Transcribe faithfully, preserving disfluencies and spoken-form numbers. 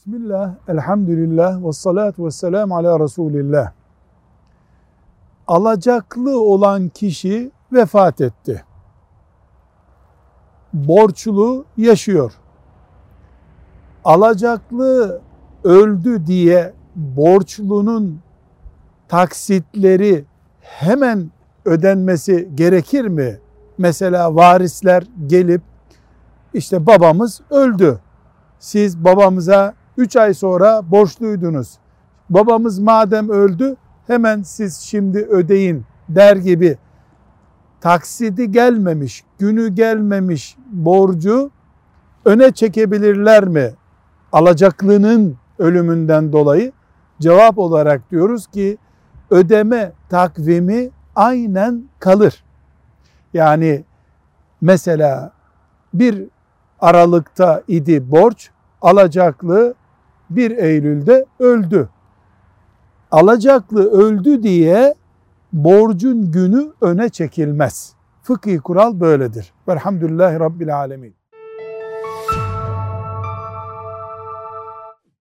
Bismillah, elhamdülillah, ve salatu ve selamu ala Resulillah. Alacaklı olan kişi vefat etti. Borçlu yaşıyor. Alacaklı öldü diye borçlunun taksitleri hemen ödenmesi gerekir mi? Mesela varisler gelip işte babamız öldü. Siz babamıza üç ay sonra borçluydunuz. Babamız madem öldü hemen siz şimdi ödeyin der gibi taksidi gelmemiş, günü gelmemiş borcu öne çekebilirler mi? Alacaklının ölümünden dolayı cevap olarak diyoruz ki ödeme takvimi aynen kalır. Yani mesela bir Aralık'ta idi borç, alacaklı bir Eylül'de öldü. Alacaklı öldü diye borcun günü öne çekilmez. Fıkhi kural böyledir. Velhamdülillahi Rabbil alemin.